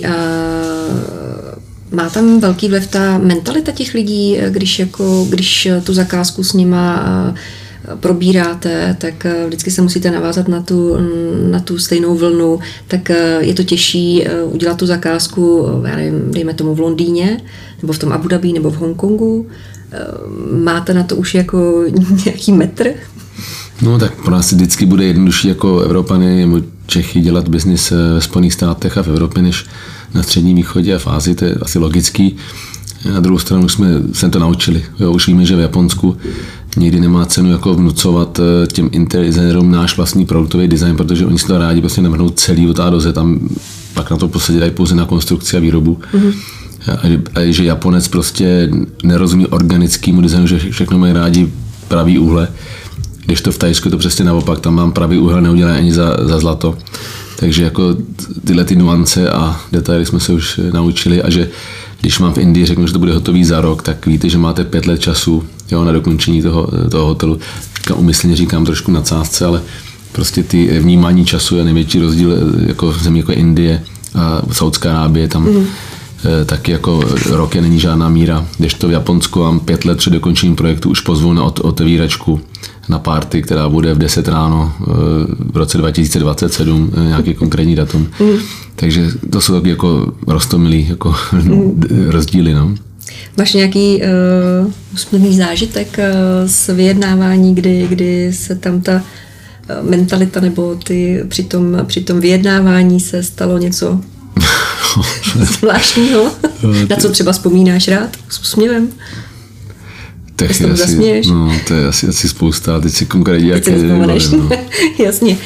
má tam velký vliv ta mentalita těch lidí, když tu zakázku s nima probíráte, tak vždycky se musíte navázat na tu stejnou vlnu, tak je to těžší udělat tu zakázku, já nevím, dejme tomu v Londýně, nebo v tom Abu Dhabi, nebo v Hongkongu. Máte na to už jako nějaký metr? No tak pro nás vždycky bude jednodušší jako Evropany nebo Čechy dělat biznis ve Spojených státech a v Evropě než na Středním východě a v Ázii, to je asi logický. Na druhou stranu jsme se to naučili. Jo, už víme, že v Japonsku nikdy nemá cenu jako vnucovat těm interiérům náš vlastní produktový design, protože oni si to rádi prostě navrhnou celý od A do Z, tam pak na to prostě dají pouze na konstrukci a výrobu. A že Japonec prostě nerozumí organickému designu, že všechno mají rádi pravý úhle. Když to v Thajsku to přesně naopak, tam mám pravý úhel, neudělají ani za zlato. Takže jako tyhle ty nuance a detaily jsme se už naučili a že když mám v Indii řeknu, že to bude hotový za rok, tak víte, že máte 5 let času, jo, na dokončení toho hotelu. Umyslně říkám trošku na nadsázce, ale prostě ty vnímání času je největší rozdíl jako v zemi jako Indie a Saudská Arábie, tam taky jako rok není žádná míra. Kdežto v Japonsku mám 5 let před dokončením projektu už pozvou na otevíračku na party, která bude v 10 ráno v roce 2027, nějaký konkrétní datum. Takže to jsou taky jako roztomilý jako rozdíly. No. Máš nějaký usměvný zážitek z vyjednávání, kdy se tam ta mentalita nebo při tom vyjednávání se stalo něco zvláštního? Na co třeba vzpomínáš rád s úsměvem? To je asi spousta, teď si konkrétně jaké Jasně.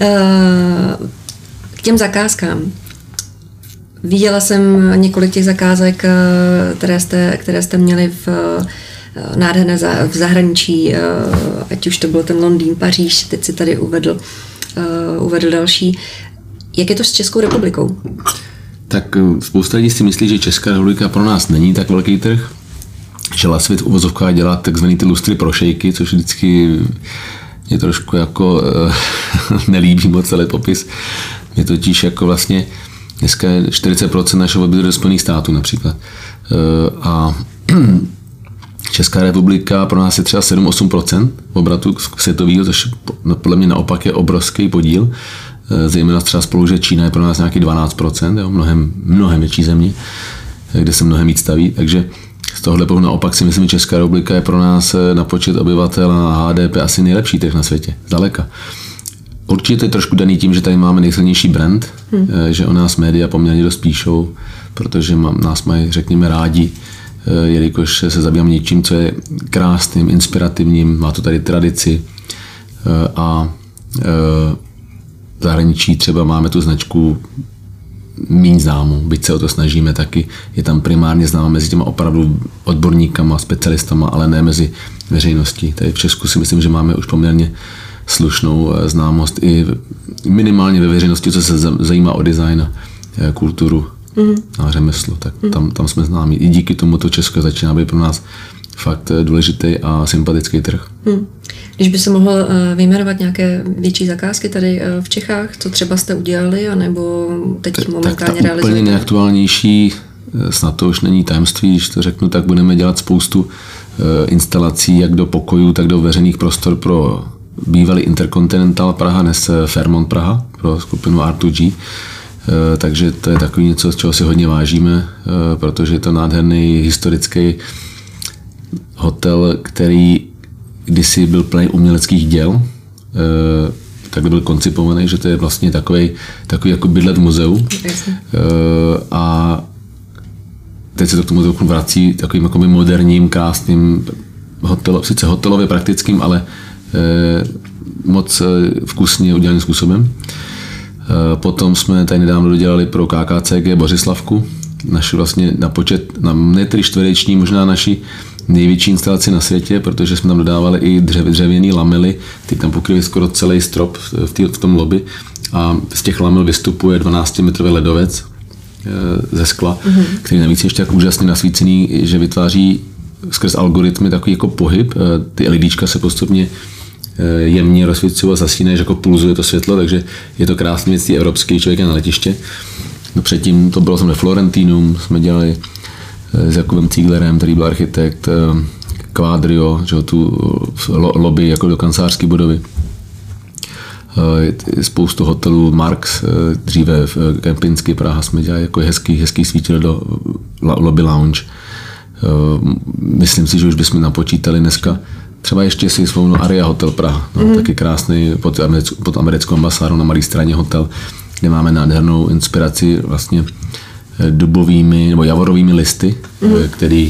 K těm zakázkám. Viděla jsem několik těch zakázek, které jste měli v nádherné v zahraničí, ať už to byl ten Londýn, Paříž, teď si tady uvedl další. Jak je to s Českou republikou? Tak spousta lidí si myslí, že Česká republika pro nás není tak velký trh, že Lasvit v uvozovkách dělá takzvaný ty lustry pro šejky, což vždycky mě trošku jako nelíbí moc celý popis. Je totiž jako vlastně dneska 40% našeho obytu do Spojených států například. A Česká republika pro nás je třeba 7-8% obratu světového, což podle mě naopak je obrovský podíl. Zejména třeba spolu, že Čína je pro nás nějaký 12%, jo, mnohem větší země, kde se mnohem víc staví, takže z tohohle pohledu naopak si myslím, že Česká republika je pro nás na počet obyvatel a HDP asi nejlepší trh na světě, zdaleka. Určitě to je trošku daný tím, že tady máme nejsilnější brand, že o nás média poměrně dost píšou, protože nás mají, řekněme, rádi, jelikož se zabývám něčím, co je krásným, inspirativním, má to tady tradici a v zahraničí třeba máme tu značku míň známou, byť se o to snažíme taky, je tam primárně známá mezi těma opravdu odborníkama, specialistama, ale ne mezi veřejností. Tady v Česku si myslím, že máme už poměrně slušnou známost i minimálně ve veřejnosti, co se zajímá o design a kulturu a řemeslo, tak tam jsme známí. I díky tomu to Česko začíná být pro nás fakt důležitý a sympatický trh. Když by se mohl vyjmenovat nějaké větší zakázky tady v Čechách, co třeba jste udělali, anebo teď momentálně realizujete? Úplně nejaktuálnější, snad to už není tajemství, když to řeknu, tak budeme dělat spoustu instalací jak do pokojů, tak do veřejných prostor pro bývalý Intercontinental Praha, dnes Fairmont Praha, pro skupinu R2G. Takže to je takový něco, z čeho si hodně vážíme, protože je to nádherný historický hotel, který kdysi byl plný uměleckých děl, tak byl koncipovaný, že to je vlastně takový jako bydlet v muzeu. A teď se to k tomu trochu vrací takovým jako moderním, krásným sice hotelově praktickým, ale moc vkusně udělaným způsobem. Potom jsme tady nedávno dodělali pro KKCG Bořislavku, naši vlastně na metry čtvereční, možná naši největší instalaci na světě, protože jsme tam dodávali i dřevěný lamely, ty tam pokryly skoro celý strop v tom lobby a z těch lamel vystupuje 12-metrový ledovec ze skla, který navíc ještě tak úžasně nasvícený, že vytváří skrz algoritmy takový jako pohyb, ty LEDčka se postupně jemně rozsvícují a zasínají, že jako pulzuje to světlo, takže je to krásný věc, evropský člověk je na letiště. No předtím to bylo ve Florentinum, jsme dělali s Jakubem Zieglerem, který byl architekt, Quadrio, že tu lobby jako do kancelářské budovy. Spoustu hotelů, Marx, dříve v Kempinski Praha jsme dělali jako hezký svítilo do lobby lounge. Myslím si, že už bychom napočítali dneska třeba ještě si svou Aria Hotel Praha, taky krásný pod americkou ambasádou na Malé Straně hotel, kde máme nádhernou inspiraci vlastně dubovými nebo javorovými listy, který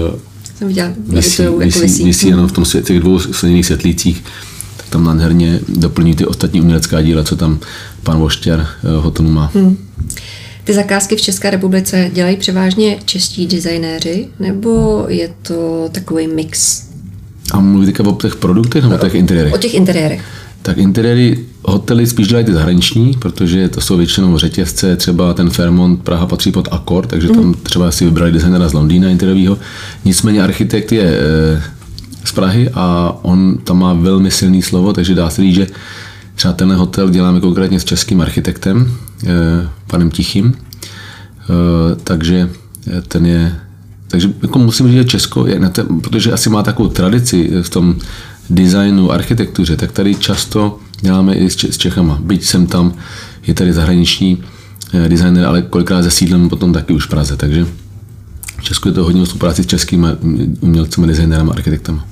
visí jenom v tom těch dvou silných světlících, tak tam nádherně doplňují ty ostatní umělecká díla, co tam pan Voštěr hotelu má. Ty zakázky v České republice dělají převážně čeští designéři, nebo je to takový mix? A mluvíte o těch produktech nebo o těch interiérech? O těch interiérech. Tak interiéry hotely spíš dělají ty zahraniční, protože to jsou většinou řetězce, třeba ten Fairmont Praha patří pod Accor, takže tam třeba si vybrali designera z Londýna interiérového. Nicméně architekt je z Prahy a on tam má velmi silný slovo, takže dá se říct, že třeba tenhle hotel děláme konkrétně s českým architektem, panem Tichým, takže ten je. Takže jako musím říct, že Česko je, protože asi má takovou tradici v tom designu, architektuře, tak tady často děláme i s Čechama. Byť jsem tam, je tady zahraniční designer, ale kolikrát se sídlem potom taky už v Praze. Takže v Česku je to hodně o spolupráci s českými umělcemi, designerem a architektama.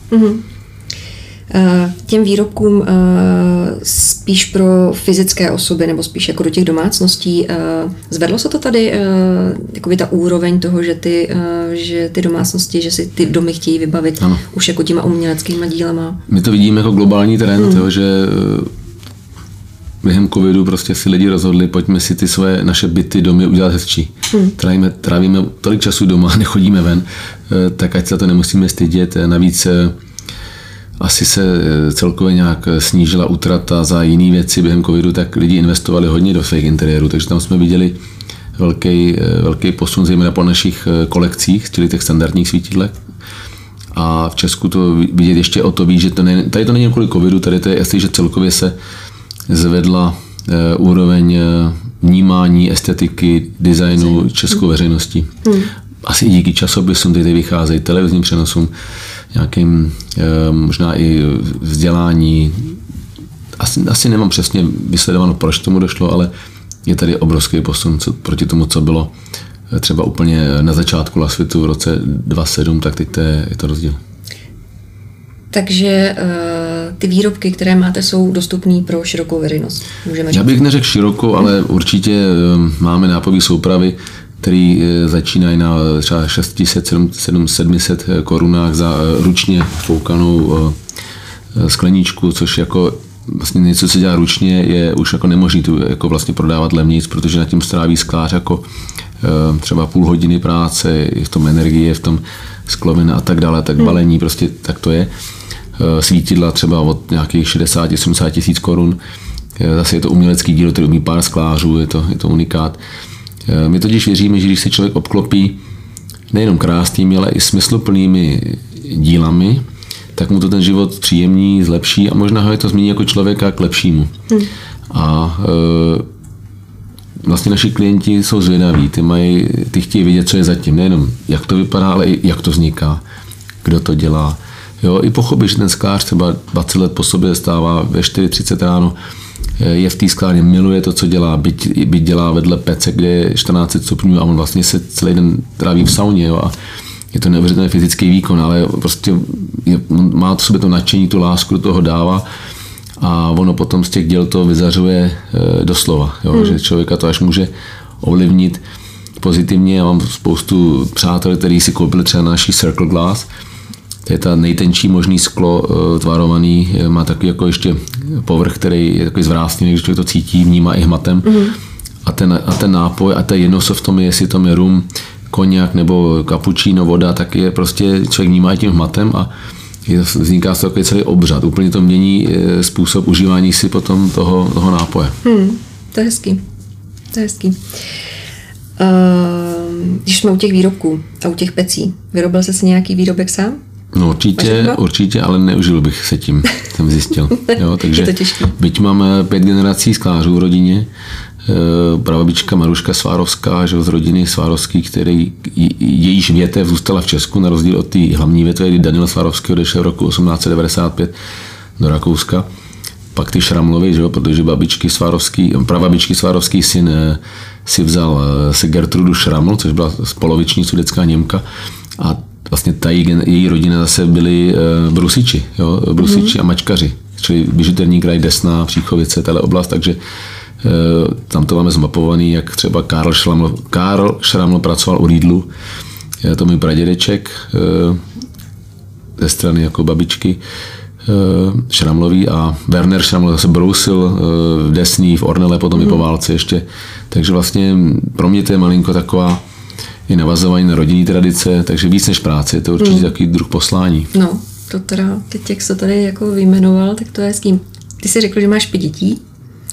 Těm výrobkům spíš pro fyzické osoby nebo spíš jako do těch domácností. Zvedlo se to tady jakoby ta úroveň toho, že ty domácnosti, že si ty domy chtějí vybavit už jako těma uměleckýma dílama? My to vidíme jako globální trend, že během covidu prostě si lidi rozhodli, pojďme si ty naše byty, domy udělat hezčí. Trávíme tolik času doma, nechodíme ven, tak ať se to nemusíme stydět. Navíc asi se celkově nějak snížila útrata za jiné věci během covidu, tak lidi investovali hodně do svých interiérů, takže tam jsme viděli velký posun, zejména po našich kolekcích, čili těch standardních svítidlech. A v Česku to vidět ještě o to víc, že tady to není kvůli covidu, tady to je jasný, že celkově se zvedla úroveň vnímání, estetiky, designu českou veřejností. Asi i díky časopisům, které vycházejí, televizním přenosům, nějakým možná i vzdělání. Asi nemám přesně vysledováno, proč tomu došlo, ale je tady obrovský posun proti tomu, co bylo třeba úplně na začátku Lasvitu v roce 2007, tak teď je to rozdíl. Takže ty výrobky, které máte, jsou dostupné pro širokou veřejnost. Já bych neřekl širokou, ale určitě máme nápojové soupravy, který začínají na třeba 600-700 korunách za ručně foukanou skleničku, což jako vlastně něco, co se dělá ručně, je už jako nemožný tu jako vlastně prodávat levnic, protože na tím stráví sklář jako třeba půl hodiny práce, je v tom energie, v tom sklovina a tak dále, tak balení, prostě tak to je. Svítidla třeba od nějakých 60-70 tisíc korun. Zase je to umělecký dílo, který umí pár sklářů, je to unikát. My totiž věříme, že když se člověk obklopí nejenom krásnými, ale i smysluplnými dílami, tak mu to ten život příjemní, zlepší a možná ho je to změní jako člověka k lepšímu. A vlastně naši klienti jsou zvědaví, ty chtějí vědět, co je zatím, nejenom jak to vypadá, ale i jak to vzniká, kdo to dělá. Jo, i pochopit, že ten sklář třeba 20 let po sobě stává ve 4:30 ráno, je v té sklárně, miluje to, co dělá, byť dělá vedle pece, kde je 14 stupňů a on vlastně se celý den tráví v sauně. Jo, a je to neuvěřitelný fyzický výkon, ale prostě má to sobě to nadšení, tu lásku do toho dává a ono potom z těch děl to vyzařuje doslova, jo, že člověka to až může ovlivnit pozitivně. Já mám spoustu přátel, kteří si koupili třeba naší Circle Glass. to je ta nejtenčí možný sklo tvarovaný, má takový jako ještě povrch, který je takový zvrásněný, když člověk to cítí, vnímá i hmatem. A ten nápoj, a to je jedno, co v tom je, jestli to je rum, koněk nebo kapučíno, voda, tak je prostě člověk vnímá i tím hmatem a vzniká z toho takový celý obřad. Úplně to mění způsob užívání si potom toho nápoje. To je hezký. To je hezký. Když jsme u těch výrobků a u těch pecí, vyrobil jsi si nějaký výrobek sám? No určitě, ale neužil bych se tím, jsem zjistil. Jo, takže byť máme 5 generací sklářů v rodině, prababička Maruška Svárovská, že z rodiny Svárovský, jejíž větev zůstala v Česku, na rozdíl od té hlavní větve, kdy Daniel Svárovský odešel v roku 1895 do Rakouska. Pak ty Šramlovy, že jo, protože prababičky Svárovský syn si vzal se Gertrudu Šraml, což byla spoloviční sudetská Němka, a vlastně ta její rodina zase byli brusiči, a mačkaři, čili bižuterní kraj Desná, Příchovice, tato oblast, takže tam to máme zmapovaný, jak třeba Karl Šraml pracoval u Riedlu, je to můj pradědeček ze strany jako babičky Šramlový, a Werner Šraml zase brousil v Desný, v Ornele, potom i po válce ještě, takže vlastně pro mě to je malinko taková i navazování na rodinný tradice, takže víc než práce, je to určitě takový druh poslání. No, to teda, teď jak jsi to tady jako vyjmenoval, tak to je hezký. Ty jsi řekl, že máš 5 dětí.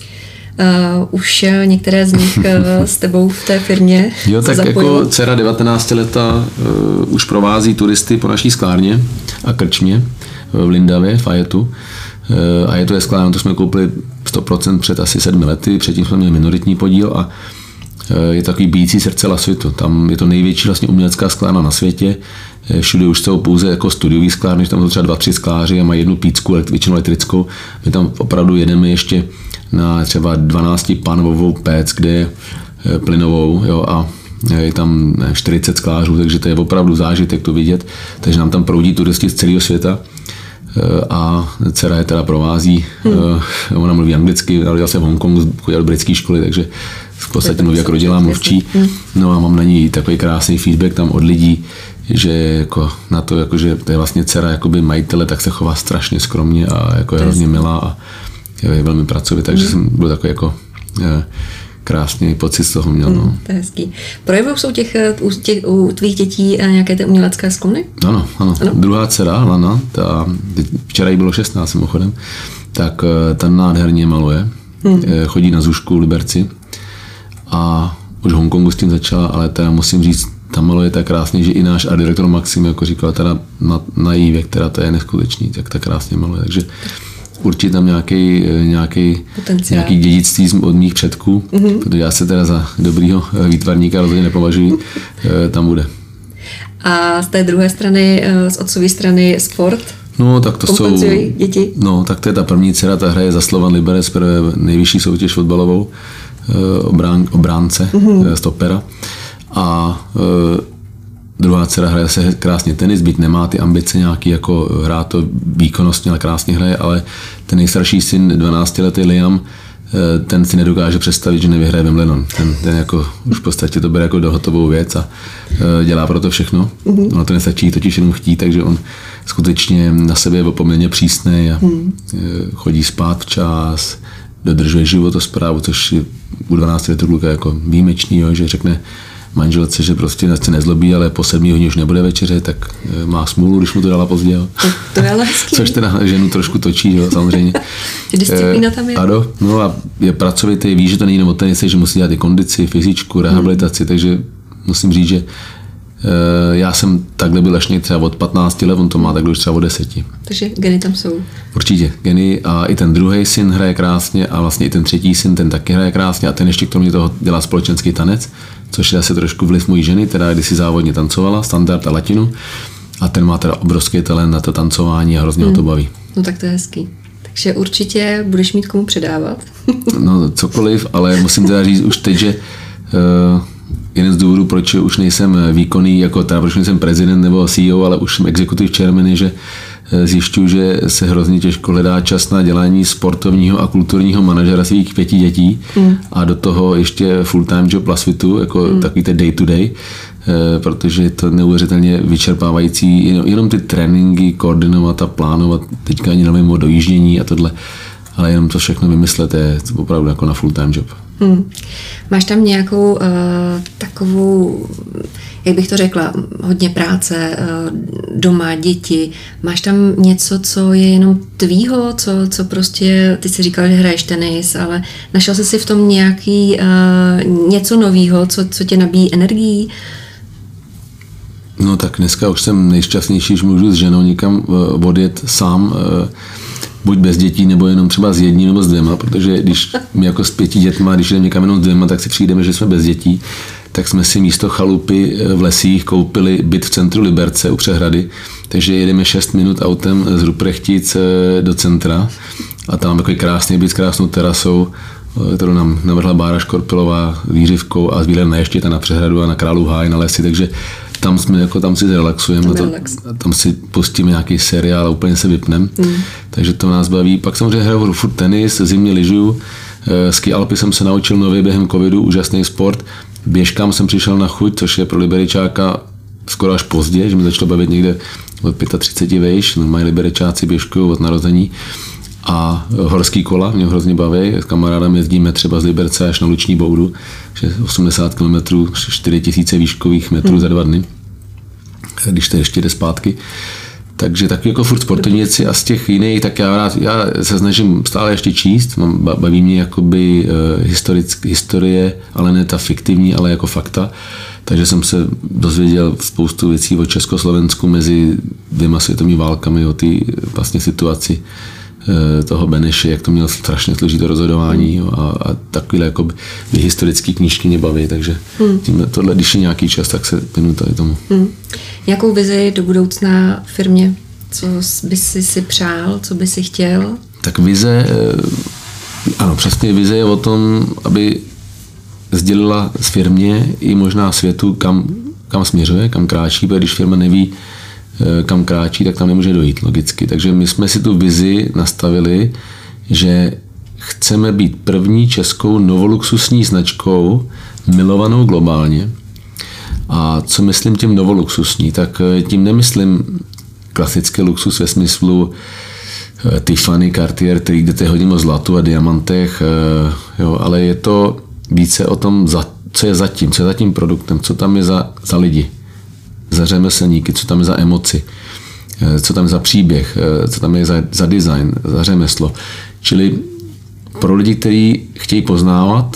Už některé z nich s tebou v té firmě jo, tak jako dcera 19 leta už provází turisty po naší sklárně a krčmě v Lindavě, v Ajetu. A je to sklárna, to jsme koupili 100% před asi 7 lety, předtím jsme měli minoritní podíl a je takový bijící srdce Lasvitu. Tam je to největší vlastně umělecká sklárna na světě. Všude už jsou pouze jako studiový sklárny, tam jsou třeba 2-3 skláři a mají jednu pícku, většinou elektrickou. My tam opravdu jedeme ještě na třeba 12-panovou péc, kde je plynovou, jo, a je tam 40 sklářů, takže to je opravdu zážitek to vidět. Takže nám tam proudí turisti z celého světa a dcera je teda provází. Ona mluví anglicky, narodila se v Hongkongu, chodila do britské školy, takže v podstatě mluví jako rodilá mluvčí. No a mám na ní takový krásný feedback tam od lidí, že jako na to, jako, že to je vlastně dcera jakoby majitele, tak se chová strašně skromně a jako je hrozně milá a je velmi pracovitý, takže jsem byl takový jako krásný pocit z toho měl. No. To je hezký. Projevou jsou u tvých dětí nějaké ty umělecké sklony? Ano. Druhá dcera, Lana, včera jí bylo 16 mimochodem, tak ta nádherně maluje, chodí na zušku v Liberci a už v Hongkongu s tím začala, ale teda musím říct, ta maluje tak krásně, že i náš art direktor Maxim jako říkal, teda na její věk, teda to je neskutečný, tak ta krásně maluje, takže určitě tam nějaký dědictví od mých předků, protože já se teda za dobrýho výtvarníka rozhodně nepovažuji, tam bude. A z té druhé strany, z otcové strany sport? No, tak to jsou děti? No, tak to je ta první dcera, ta hraje za Slovan Liberec, nejvyšší soutěž fotbalovou, obránce, stopera. A druhá dcera hraje se krásně tenis, byť nemá ty ambice nějaký, jako hrát to výkonnostně, ale krásně hraje, ale ten nejstarší syn, 12letý Liam, ten si nedokáže představit, že nevyhraje Wimbledon. Ten jako už v podstatě to bere jako dohotovou věc a dělá pro to všechno. Ono to nestačí totiž jenom chtít, takže on skutečně na sebe je poměrně přísnej a chodí spát včas, dodržuje životosprávu, což u 12 letů kluka jako výjimečný, jo, že řekne manželce, že prostě se nezlobí, ale po 7 hodině už nebude večeře, tak má smůlu, když mu to dala pozdě. Jo. To je ale hezký. Což teda ženu trošku točí, jo, samozřejmě. Disciplína tam je. Ano, no a je pracovitý, ví, že to není jenom o tenise, že musí dělat i kondici, fyzičku, rehabilitaci, takže musím říct, že já jsem takhle byl lešný třeba od 15 let, on to má takhle už třeba od 10. Takže geny tam jsou. Určitě, geny a i ten druhý syn hraje krásně a vlastně i ten třetí syn, ten taky hraje krásně a ten ještě kromě toho dělá společenský tanec, což je asi trošku vliv mojí ženy, teda kdysi závodně tancovala, standard a latinu a ten má teda obrovský talent na to tancování a hrozně ho to baví. No tak to je hezký. Takže určitě budeš mít komu předávat. No cokoliv, ale musím teda říct už teď, že jeden z důvodů, proč už nejsem výkonný, jako teda proč nejsem prezident nebo CEO, ale už jsem executive chairman, je, že zjišťuji, že se hrozně těžko hledá čas na dělání sportovního a kulturního manažera svých 5 dětí a do toho ještě full-time job Lasvitu, jako takový ten day to day. protože je to neuvěřitelně vyčerpávající, jenom ty tréninky koordinovat a plánovat, teďka ani nevím o dojíždění a tohle, ale jenom to všechno vymyslet je opravdu jako na full time job. Máš tam nějakou takovou, jak bych to řekla, hodně práce, doma, děti, máš tam něco, co je jenom tvýho, co prostě, ty jsi říkal, že hraješ tenis, ale našel jsi si v tom nějaký něco novýho, co tě nabíjí energií? No tak dneska už jsem nejšťastnější, že můžu s ženou někam odjet sám, buď bez dětí, nebo jenom třeba s jedním nebo s dvěma, protože když my jako s 5 dětma, když jdeme někam jenom s dvěma, tak si přijdeme, že jsme bez dětí, tak jsme si místo chalupy v lesích koupili byt v centru Liberce u přehrady, takže jedeme 6 minut autem z Ruprechtic do centra a tam máme takový krásný byt s krásnou terasou, kterou nám navrhla Bára Škorpilová výřivkou a s výhledem na Ještěta, na přehradu a na Králův háj, na lesy, takže tam jsme jako tam si zrelaxujeme, tam si pustíme nějaký seriál a úplně se vypneme, takže to nás baví. Pak samozřejmě hraju furt tenis, zimně lyžuju, ski alpy jsem se naučil nově během covidu, úžasný sport, běžkám jsem přišel na chuť, což je pro Liberečáka skoro až pozdě, že mi začalo bavit někde od 35 vejš, normální Liberečáci běžkují od narození. A horský kola mě hrozně baví, s kamarádem jezdíme třeba z Liberce až na Luční boudu, 80 km, 4000 výškových metrů za 2 dny, když to ještě jde zpátky. Takže taky jako furt sportovníci a z těch jiných, tak já se snažím stále ještě číst, baví mě jakoby historie, ale ne ta fiktivní, ale jako fakta. Takže jsem se dozvěděl spoustu věcí o Československu mezi 2 světovými válkami, o té vlastně situaci toho Beneše, jak to mělo strašně složité rozhodování a takové jako historické knížky mě baví, takže tohle, když je nějaký čas, tak se věnuju tady tomu. Nějakou vizi do budoucna firmě? Co bys si přál, co bys si chtěl? Tak vize, ano, přesně vize je o tom, aby sdělila z firmě i možná světu, kam směřuje, kam kráčí, protože když firma neví, kam kráčí, tak tam nemůže dojít logicky. Takže my jsme si tu vizi nastavili, že chceme být první českou novoluxusní značkou milovanou globálně. A co myslím tím novoluxusní? Tak tím nemyslím klasický luxus ve smyslu Tiffany, Cartier, který jdete hodně o zlatu a diamantech, jo, ale je to více o tom, co je za tím produktem, co tam je za lidi, za řemeslníky, co tam je za emoci, co tam je za příběh, co tam je za design, za řemeslo. Čili pro lidi, kteří chtějí poznávat,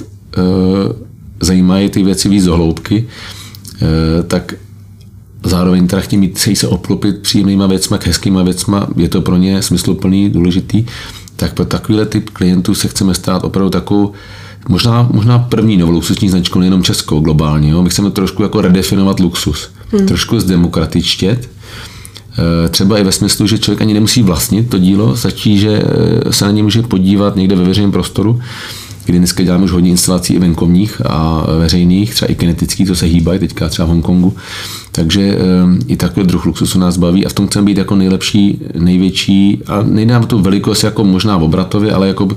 zajímají ty věci víc do hloubky, tak zároveň teda chtějí se obklopit příjemnýma věcma, hezkýma věcma, je to pro ně smysluplný, důležitý, tak pro takovýhle typ klientů se chceme stát opravdu takovou možná první novoluxusní značkou, nejenom českou, globální. Jo? My chceme trošku jako redefinovat luxus, trošku zdemokratičtět, třeba i ve smyslu, že člověk ani nemusí vlastnit to dílo, stačí, že se na ně může podívat někde ve veřejném prostoru, kdy dneska děláme už hodně instalací i venkovních a veřejných, třeba i kinetických, to se hýbají, teďka třeba v Hongkongu. Takže i takový druh luxusu nás baví a v tom chceme být jako nejlepší, největší a nejde nám tu velikost jako možná v obratově, ale jako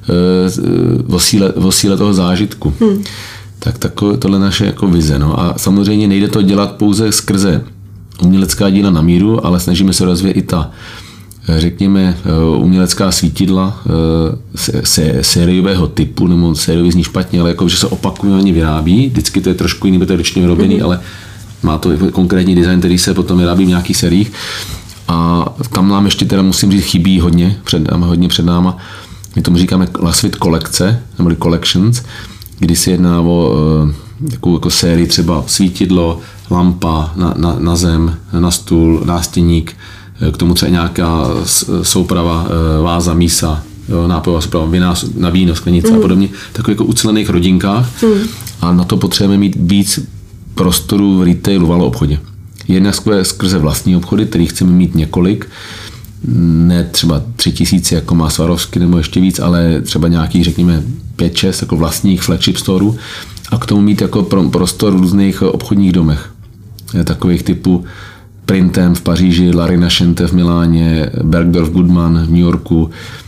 o síle toho zážitku. Tak tohle naše jako vize. No. A samozřejmě nejde to dělat pouze skrze umělecká díla na míru, ale snažíme se rozvíjet i ta, řekněme, umělecká svítidla sériového typu, nebo sériový zní špatně, ale jako, že se opakovaně vyrábí. Vždycky to je trošku jiný, to je ručně vyrobený, ale má to konkrétní design, který se potom vyrábí v nějakých sériích. A tam nám ještě teda musím říct, chybí hodně před náma. My tomu říkáme last fit kolekce, nebo collections, kdy se jedná o takovou jako sérii třeba svítidlo, lampa na zem, na stůl, nástěnník, k tomu třeba nějaká souprava, váza, mísa, nápojová souprava, na víno, sklenice a podobně, takových jako ucelených rodinkách. A na to potřebujeme mít víc prostoru v retailu, v obchodě. Jednak skrze vlastní obchody, který chceme mít několik, ne třeba 3000, jako má Swarovski nebo ještě víc, ale třeba nějakých, řekněme, 5-6 jako vlastních flagship storů a k tomu mít jako prostor v různých obchodních domech. Takových typu Printem v Paříži, Larry Nashente v Miláně, Bergdorf Goodman v New Yorku,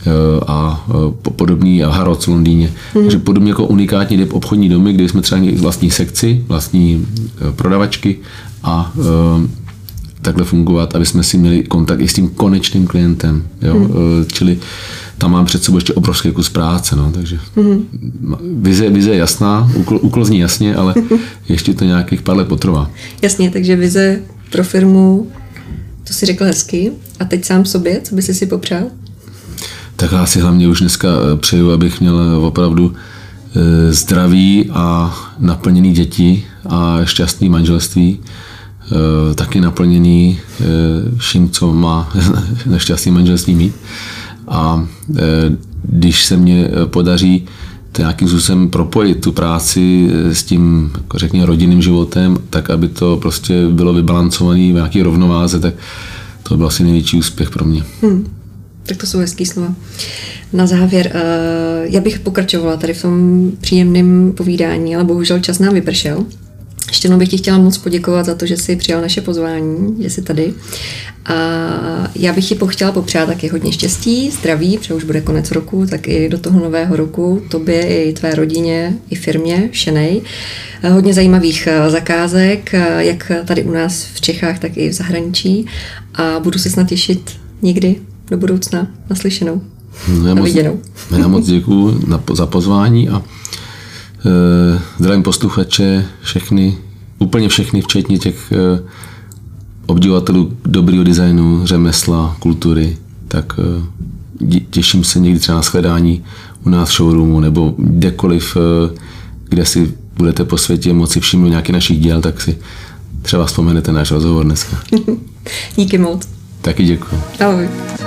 a podobný a Harrods v Londýně. Takže podobně jako unikátní obchodní domy, kde jsme třeba měli vlastní sekci, vlastní prodavačky a takhle fungovat, aby jsme si měli kontakt i s tím konečným klientem. Jo? Čili tam mám před sebou ještě obrovský kus práce. No? Takže vize je jasná, úkol zní jasně, ale ještě to nějakých pár let potrvá. Jasně, takže vize pro firmu, to si řekl hezky. A teď sám sobě, co by si popřál? Tak já si hlavně už dneska přeju, abych měl opravdu zdraví a naplněný děti a šťastný manželství. Taky naplněný vším, co má nešťastný manželství mít. A když se mně podaří nějakým způsobem propojit tu práci s tím, jako řekněme, rodinným životem, tak aby to prostě bylo vybalancované v nějaké rovnováze, tak to byl asi největší úspěch pro mě. Tak to jsou hezký slova. Na závěr, já bych pokračovala tady v tom příjemném povídání, ale bohužel čas nám vypršel. Ještě jednou bych ti chtěla moc poděkovat za to, že jsi přijal naše pozvání, že jsi tady. A já bych ti chtěla popřát taky hodně štěstí, zdraví, protože už bude konec roku, tak i do toho nového roku tobě i tvé rodině, i firmě Šenej. Hodně zajímavých zakázek, jak tady u nás v Čechách, tak i v zahraničí. A budu se snad těšit někdy do budoucna naslyšenou. Naviděnou. Já moc děkuju za pozvání a zdravím posluchače, úplně všechny, včetně těch obdivovatelů dobrýho designu, řemesla, kultury, tak těším se někdy třeba na shledání u nás v showroomu nebo kdekoliv, kde si budete po světě moci všimnout nějaký našich děl, tak si třeba vzpomenete náš rozhovor dneska. Díky moc. Taky děkuji. Ahoj.